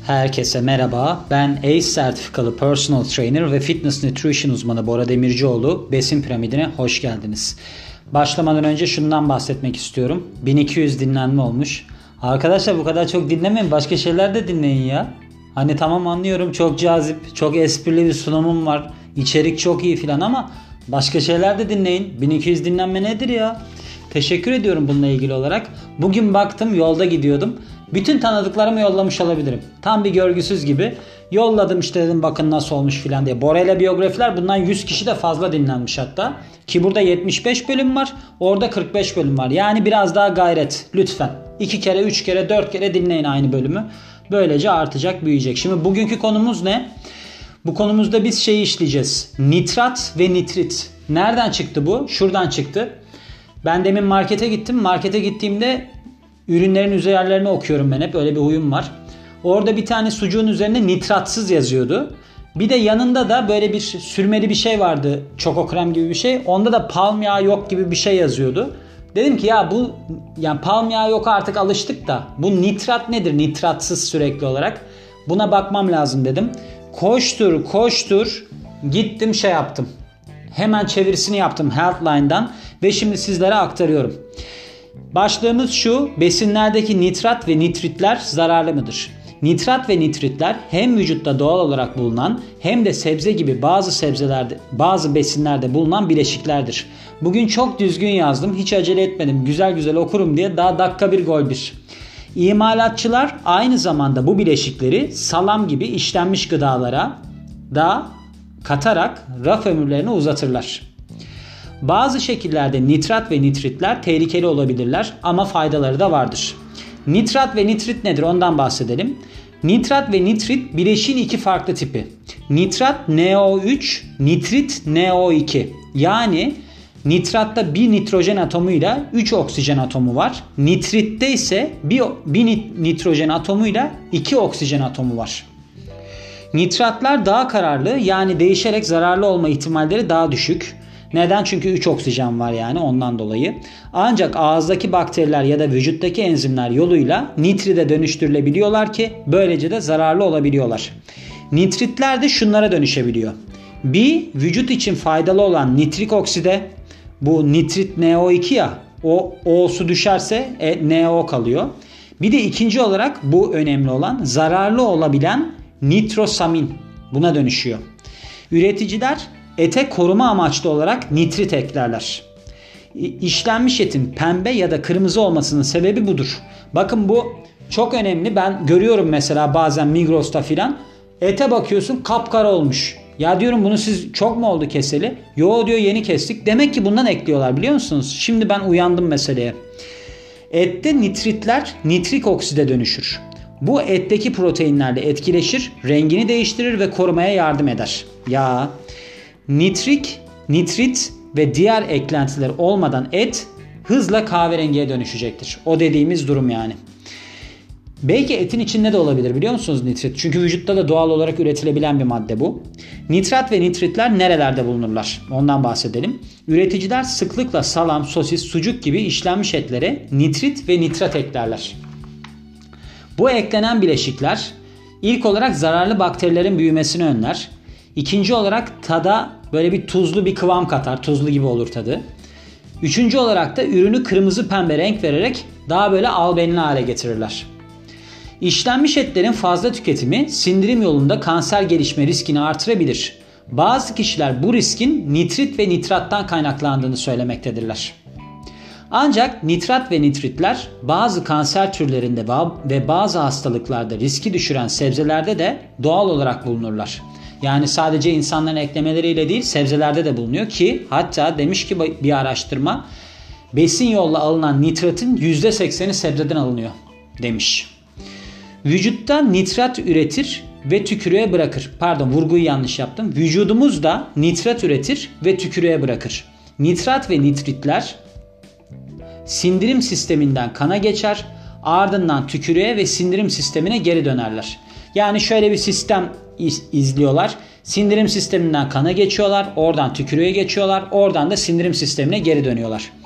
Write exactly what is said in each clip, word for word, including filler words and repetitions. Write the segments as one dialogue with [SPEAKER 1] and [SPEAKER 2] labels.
[SPEAKER 1] Herkese merhaba. Ben A C E sertifikalı personal trainer ve fitness nutrition uzmanı Bora Demircioğlu. Besin piramidine hoş geldiniz. Başlamadan önce şundan bahsetmek istiyorum. bin iki yüz dinlenme olmuş. Arkadaşlar bu kadar çok dinlemeyin. Başka şeyler de dinleyin ya. Hani tamam anlıyorum, çok cazip, çok esprili bir sunumum var. İçerik çok iyi filan ama başka şeyler de dinleyin. bin iki yüz dinlenme nedir ya? Teşekkür ediyorum bununla ilgili olarak. Bugün baktım, yolda gidiyordum. Bütün tanıdıklarımı yollamış olabilirim. Tam bir görgüsüz gibi. Yolladım işte, dedim bakın nasıl olmuş filan diye. Bora ile biyografiler bundan yüz kişi de fazla dinlenmiş hatta. Ki burada yetmiş beş bölüm var. Orada kırk beş bölüm var. Yani biraz daha gayret lütfen. iki kere, üç kere, dört kere dinleyin aynı bölümü. Böylece artacak, büyüyecek. Şimdi bugünkü konumuz ne? Bu konumuzda biz şeyi işleyeceğiz. Nitrat ve nitrit. Nereden çıktı bu? Şuradan çıktı. Ben demin markete gittim. Markete gittiğimde ürünlerin üzerlerini okuyorum ben hep. Öyle bir huyum var. Orada bir tane sucuğun üzerine nitratsız yazıyordu. Bir de yanında da böyle bir sürmeli bir şey vardı. Çoko krem gibi bir şey. Onda da palm yağı yok gibi bir şey yazıyordu. Dedim ki ya bu yani palm yağı yok artık, alıştık da. Bu nitrat nedir? Nitratsız sürekli olarak. Buna bakmam lazım dedim. Koştur koştur gittim şey yaptım. Hemen çevirisini yaptım Healthline'dan ve şimdi sizlere aktarıyorum. Başlığımız şu: besinlerdeki nitrat ve nitritler zararlı mıdır? Nitrat ve nitritler hem vücutta doğal olarak bulunan hem de sebze gibi bazı sebzelerde, bazı besinlerde bulunan bileşiklerdir. Bugün çok düzgün yazdım, hiç acele etmedim, güzel güzel okurum diye. Daha dakika bir gol bir. İmalatçılar aynı zamanda bu bileşikleri salam gibi işlenmiş gıdalara da katarak raf ömürlerini uzatırlar. Bazı şekillerde nitrat ve nitritler tehlikeli olabilirler ama faydaları da vardır. Nitrat ve nitrit nedir? Ondan bahsedelim. Nitrat ve nitrit bileşiğin iki farklı tipi. Nitrat N O üç, nitrit N O iki. Yani nitratta bir nitrojen atomuyla üç oksijen atomu var. Nitritte ise bir, bir nitrojen atomuyla iki oksijen atomu var. Nitratlar daha kararlı, yani değişerek zararlı olma ihtimalleri daha düşük. Neden? Çünkü üç oksijen var, yani ondan dolayı. Ancak ağızdaki bakteriler ya da vücuttaki enzimler yoluyla nitride dönüştürülebiliyorlar ki böylece de zararlı olabiliyorlar. Nitritler de şunlara dönüşebiliyor. Bir, vücut için faydalı olan nitrik okside, bu nitrit N O iki ya, o O'su düşerse e, N O kalıyor. Bir de ikinci olarak bu önemli olan, zararlı olabilen nitrosamin, buna dönüşüyor. Üreticiler ete koruma amaçlı olarak nitrit eklerler. İşlenmiş etin pembe ya da kırmızı olmasının sebebi budur. Bakın bu çok önemli. Ben görüyorum mesela bazen Migros'ta filan. Ete bakıyorsun kapkara olmuş. Ya diyorum bunu siz çok mu oldu keseli? Yo diyor, yeni kestik. Demek ki bundan ekliyorlar, biliyor musunuz? Şimdi ben uyandım meseleye. Ette nitritler nitrik okside dönüşür. Bu etteki proteinlerle etkileşir, rengini değiştirir ve korumaya yardım eder. Ya nitrik, nitrit ve diğer eklentiler olmadan et hızla kahverengiye dönüşecektir. O dediğimiz durum yani. Belki etin içinde de olabilir, biliyor musunuz nitrit? Çünkü vücutta da doğal olarak üretilebilen bir madde bu. Nitrat ve nitritler nerelerde bulunurlar? Ondan bahsedelim. Üreticiler sıklıkla salam, sosis, sucuk gibi işlenmiş etlere nitrit ve nitrat eklerler. Bu eklenen bileşikler ilk olarak zararlı bakterilerin büyümesini önler. İkinci olarak tada böyle bir tuzlu bir kıvam katar. Tuzlu gibi olur tadı. Üçüncü olarak da ürünü kırmızı pembe renk vererek daha böyle albenili hale getirirler. İşlenmiş etlerin fazla tüketimi sindirim yolunda kanser gelişme riskini artırabilir. Bazı kişiler bu riskin nitrit ve nitrattan kaynaklandığını söylemektedirler. Ancak nitrat ve nitritler bazı kanser türlerinde ve bazı hastalıklarda riski düşüren sebzelerde de doğal olarak bulunurlar. Yani sadece insanların eklemeleriyle değil, sebzelerde de bulunuyor ki hatta demiş ki bir araştırma, besin yolla alınan nitratın yüzde sekseni sebzeden alınıyor demiş. Vücutta nitrat üretir ve tükürüğe bırakır. Pardon, vurguyu yanlış yaptım. Vücudumuz da nitrat üretir ve tükürüğe bırakır. Nitrat ve nitritler sindirim sisteminden kana geçer, ardından tükürüğe ve sindirim sistemine geri dönerler. Yani şöyle bir sistem iz- izliyorlar. Sindirim sisteminden kana geçiyorlar, oradan tükürüğe geçiyorlar, oradan da sindirim sistemine geri dönüyorlar.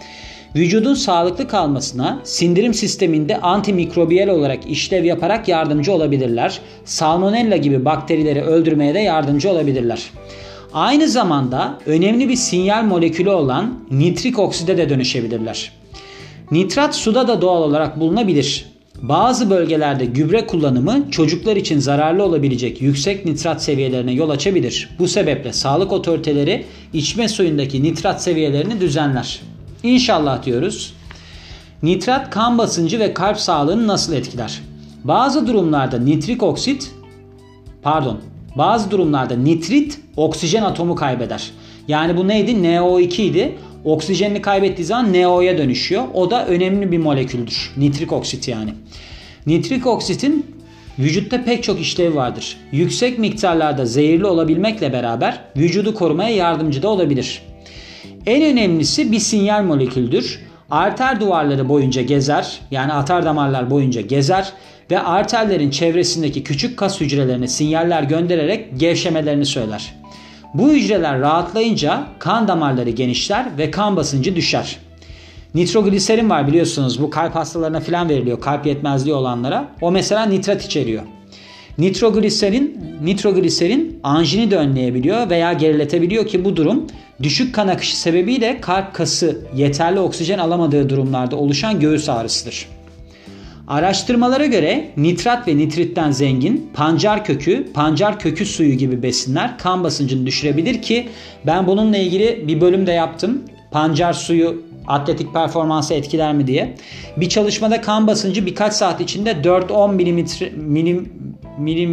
[SPEAKER 1] Vücudun sağlıklı kalmasına sindirim sisteminde antimikrobiyal olarak işlev yaparak yardımcı olabilirler. Salmonella gibi bakterileri öldürmeye de yardımcı olabilirler. Aynı zamanda önemli bir sinyal molekülü olan nitrik okside de dönüşebilirler. Nitrat suda da doğal olarak bulunabilir. Bazı bölgelerde gübre kullanımı çocuklar için zararlı olabilecek yüksek nitrat seviyelerine yol açabilir. Bu sebeple sağlık otoriteleri içme suyundaki nitrat seviyelerini düzenler. İnşallah diyoruz. Nitrat kan basıncı ve kalp sağlığını nasıl etkiler? Bazı durumlarda nitrik oksit, pardon, bazı durumlarda nitrit oksijen atomu kaybeder. Yani bu neydi? N O iki idi. Oksijenini kaybettiği zaman N O'ya dönüşüyor. O da önemli bir moleküldür. Nitrik oksit yani. Nitrik oksitin vücutta pek çok işlevi vardır. Yüksek miktarlarda zehirli olabilmekle beraber vücudu korumaya yardımcı da olabilir. En önemlisi bir sinyal moleküldür. Arter duvarları boyunca gezer, yani atar damarlar boyunca gezer ve arterlerin çevresindeki küçük kas hücrelerine sinyaller göndererek gevşemelerini söyler. Bu hücreler rahatlayınca kan damarları genişler ve kan basıncı düşer. Nitrogliserin var biliyorsunuz, bu kalp hastalarına falan veriliyor, kalp yetmezliği olanlara. O mesela nitrat içeriyor. Nitrogliserin, nitrogliserin anjini de önleyebiliyor veya geriletebiliyor ki bu durum düşük kan akışı sebebiyle kalp kası yeterli oksijen alamadığı durumlarda oluşan göğüs ağrısıdır. Araştırmalara göre nitrat ve nitritten zengin pancar kökü, pancar kökü suyu gibi besinler kan basıncını düşürebilir ki ben bununla ilgili bir bölüm de yaptım. Pancar suyu atletik performansı etkiler mi diye. Bir çalışmada kan basıncı birkaç saat içinde dört on milimetre milim milim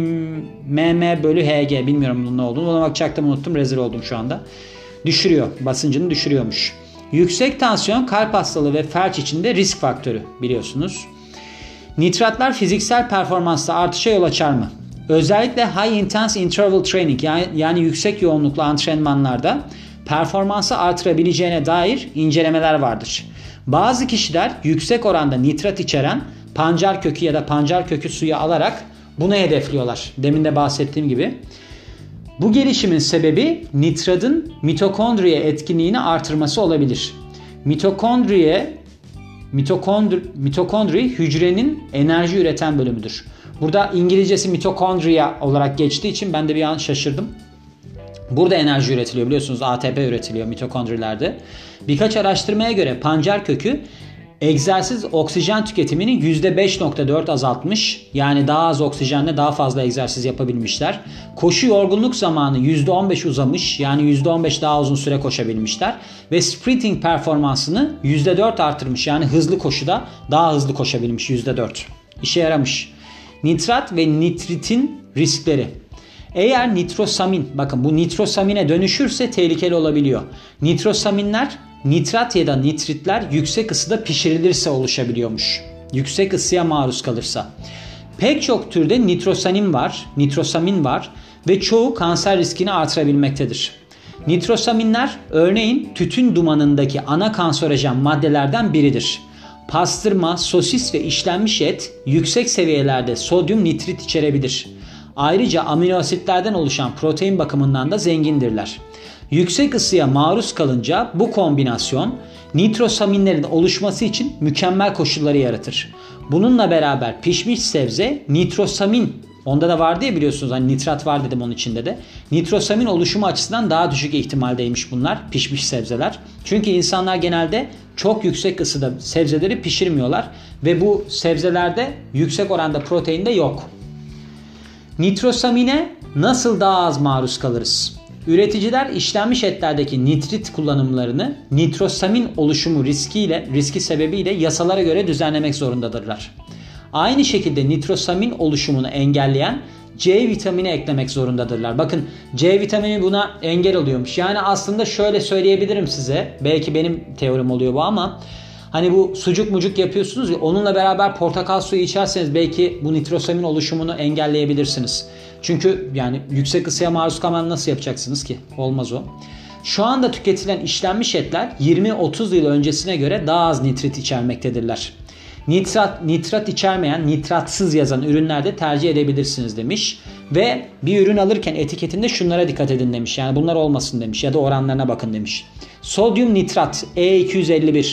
[SPEAKER 1] mm bölü Hg, bilmiyorum bunun ne olduğunu. Ona bakacaktım, unuttum, rezil oldum şu anda. Düşürüyor, basıncını düşürüyormuş. Yüksek tansiyon, kalp hastalığı ve felç için de risk faktörü biliyorsunuz. Nitratlar fiziksel performansta artışa yol açar mı? Özellikle high intense interval training yani, yani yüksek yoğunluklu antrenmanlarda performansı artırabileceğine dair incelemeler vardır. Bazı kişiler yüksek oranda nitrat içeren pancar kökü ya da pancar kökü suyu alarak bunu hedefliyorlar. Demin de bahsettiğim gibi. Bu gelişimin sebebi nitratın mitokondriye etkinliğini artırması olabilir. Mitokondriye Mitokondri, mitokondri hücrenin enerji üreten bölümüdür. Burada İngilizcesi mitokondria olarak geçtiği için ben de bir an şaşırdım. Burada enerji üretiliyor biliyorsunuz, A T P üretiliyor mitokondrilerde. Birkaç araştırmaya göre pancar kökü egzersiz oksijen tüketimini yüzde beş nokta dört azaltmış. Yani daha az oksijenle daha fazla egzersiz yapabilmişler. Koşu yorgunluk zamanı yüzde on beş uzamış. Yani yüzde on beş daha uzun süre koşabilmişler. Ve sprinting performansını yüzde dört artırmış. Yani hızlı koşuda daha hızlı koşabilmiş yüzde dört. İşe yaramış. Nitrat ve nitritin riskleri. Eğer nitrosamin, bakın bu nitrosamine dönüşürse tehlikeli olabiliyor. Nitrosaminler nitrat ya da nitritler yüksek ısıda pişirilirse oluşabiliyormuş. Yüksek ısıya maruz kalırsa. Pek çok türde nitrosamin var, nitrosamin var ve çoğu kanser riskini artırabilmektedir. Nitrosaminler örneğin tütün dumanındaki ana kanserojen maddelerden biridir. Pastırma, sosis ve işlenmiş et yüksek seviyelerde sodyum nitrit içerebilir. Ayrıca amino asitlerden oluşan protein bakımından da zengindirler. Yüksek ısıya maruz kalınca bu kombinasyon nitrosaminlerin oluşması için mükemmel koşulları yaratır. Bununla beraber pişmiş sebze nitrosamin, onda da vardı ya biliyorsunuz, hani nitrat var dedim onun içinde de. Nitrosamin oluşumu açısından daha düşük ihtimaldeymiş bunlar pişmiş sebzeler. Çünkü insanlar genelde çok yüksek ısıda sebzeleri pişirmiyorlar ve bu sebzelerde yüksek oranda protein de yok. Nitrosamine nasıl daha az maruz kalırız? Üreticiler işlenmiş etlerdeki nitrit kullanımlarını nitrosamin oluşumu riskiyle, riski sebebiyle yasalara göre düzenlemek zorundadırlar. Aynı şekilde nitrosamin oluşumunu engelleyen C vitamini eklemek zorundadırlar. Bakın C vitamini buna engel oluyormuş. Yani aslında şöyle söyleyebilirim size. Belki benim teorim oluyor bu ama hani bu sucuk mucuk yapıyorsunuz ya, onunla beraber portakal suyu içerseniz belki bu nitrosamin oluşumunu engelleyebilirsiniz. Çünkü yani yüksek ısıya maruz kalmadan nasıl yapacaksınız ki? Olmaz o. Şu anda tüketilen işlenmiş etler yirmi otuz yıl öncesine göre daha az nitrit içermektedirler. Nitrat, nitrat içermeyen, nitratsız yazan ürünlerde tercih edebilirsiniz demiş. Ve bir ürün alırken etiketinde şunlara dikkat edin demiş. Yani bunlar olmasın demiş ya da oranlarına bakın demiş. Sodyum nitrat E iki yüz elli bir,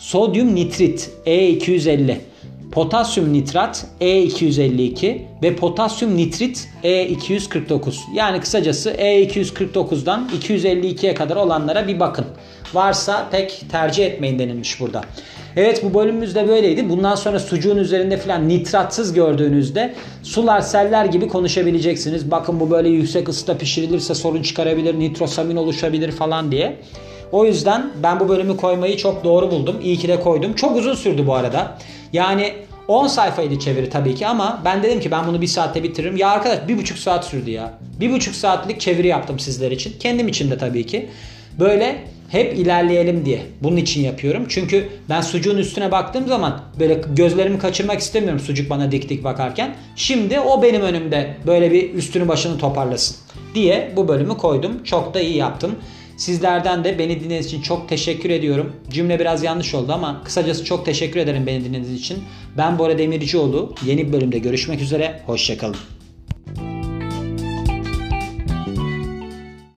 [SPEAKER 1] sodyum nitrit E iki yüz elli, potasyum nitrat E iki yüz elli iki ve potasyum nitrit E iki yüz kırk dokuz. Yani kısacası E iki yüz kırk dokuzdan iki yüz elli ikiye kadar olanlara bir bakın. Varsa pek tercih etmeyin denilmiş burada. Evet, bu bölümümüz de böyleydi. Bundan sonra sucuğun üzerinde falan nitratsız gördüğünüzde sular seller gibi konuşabileceksiniz. Bakın bu böyle yüksek ısıda pişirilirse sorun çıkarabilir, nitrosamin oluşabilir falan diye. O yüzden ben bu bölümü koymayı çok doğru buldum. İyi ki de koydum. Çok uzun sürdü bu arada. Yani on sayfaydı çeviri tabii ki ama ben dedim ki ben bunu bir saatte bitiririm. Ya arkadaş bir buçuk saat sürdü ya. Bir buçuk saatlik çeviri yaptım sizler için. Kendim için de tabii ki. Böyle hep ilerleyelim diye. Bunun için yapıyorum. Çünkü ben sucuğun üstüne baktığım zaman böyle gözlerimi kaçırmak istemiyorum sucuk bana dik dik bakarken. Şimdi o benim önümde böyle bir üstünü başını toparlasın diye bu bölümü koydum. Çok da iyi yaptım. Sizlerden de beni dinlediğiniz için çok teşekkür ediyorum. Cümle biraz yanlış oldu ama kısacası çok teşekkür ederim beni dinlediğiniz için. Ben Bora Demircioğlu. Yeni bir bölümde görüşmek üzere. Hoşça kalın.